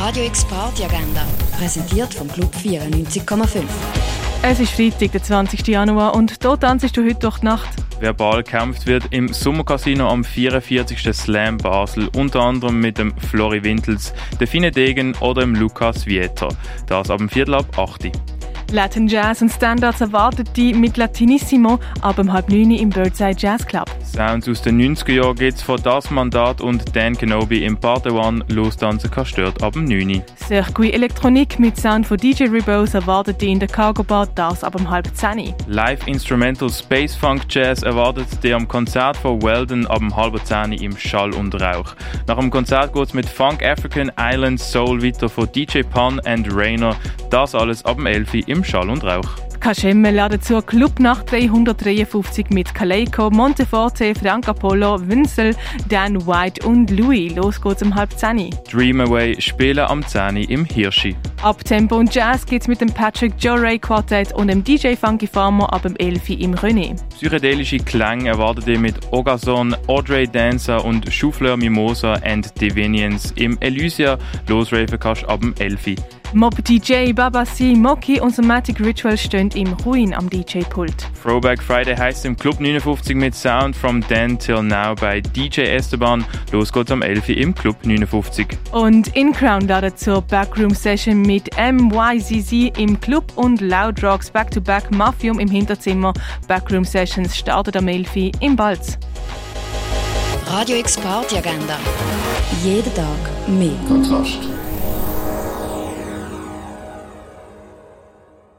Radio X Party Agenda, präsentiert vom Club 94,5. Es ist Freitag, der 20. Januar und hier tanzt du heute durch die Nacht. Verbal gekämpft wird im Sommercasino am 44. Slam Basel, unter anderem mit dem Flori Wintels, der Fine Degen oder dem Lukas Vieter. Das ab dem 7:45. Latin Jazz und Standards erwartet die mit Latinissimo ab um 8:30 im Birdside Jazz Club. Sounds aus den 90er Jahren geht's von Das Mandat und Dan Kenobi im Part One. Lostanzen kann stört ab dem 9. Circuit Elektronik mit Sound von DJ Rebose erwartet die in der Cargo Bar, das ab um 9:30. Live Instrumental Space Funk Jazz erwartet die am Konzert von Weldon ab um 9:30 im Schall und Rauch. Nach dem Konzert geht's mit Funk African Island Soul weiter von DJ Pan and Rainer. Das alles ab um 11 im Schall und Rauch. Kaschemme laden zur Clubnacht 353 mit Kaleiko, Monteforte, Frank Apollo, Winsel, Dan White und Louis. Los geht's um 9:30. Dream Away spielen am 10 im Hirschi. Abtempo und Jazz geht's mit dem Patrick Joray Quartet und dem DJ Funky Farmer ab dem 11 im René. Psychedelische Klänge erwartet ihr mit Ogason, Audrey Dancer und Choufleur Mimosa and Divinians im Elysia. Losraven kannst ab dem 11. Mob DJ, Babasi, Moki und Somatic Ritual stehen im Ruin am DJ-Pult. Throwback Friday heisst im Club 59 mit Sound from Then Till Now bei DJ Esteban. Los geht's am 11 im Club 59. Und In Crown laden zur Backroom Session mit MYZZ im Club und Loud Rocks Back-to-Back Mafium im Hinterzimmer. Backroom Sessions startet am 11 im Balz. Radio X Party Agenda. Jeden Tag mehr. Kontrast.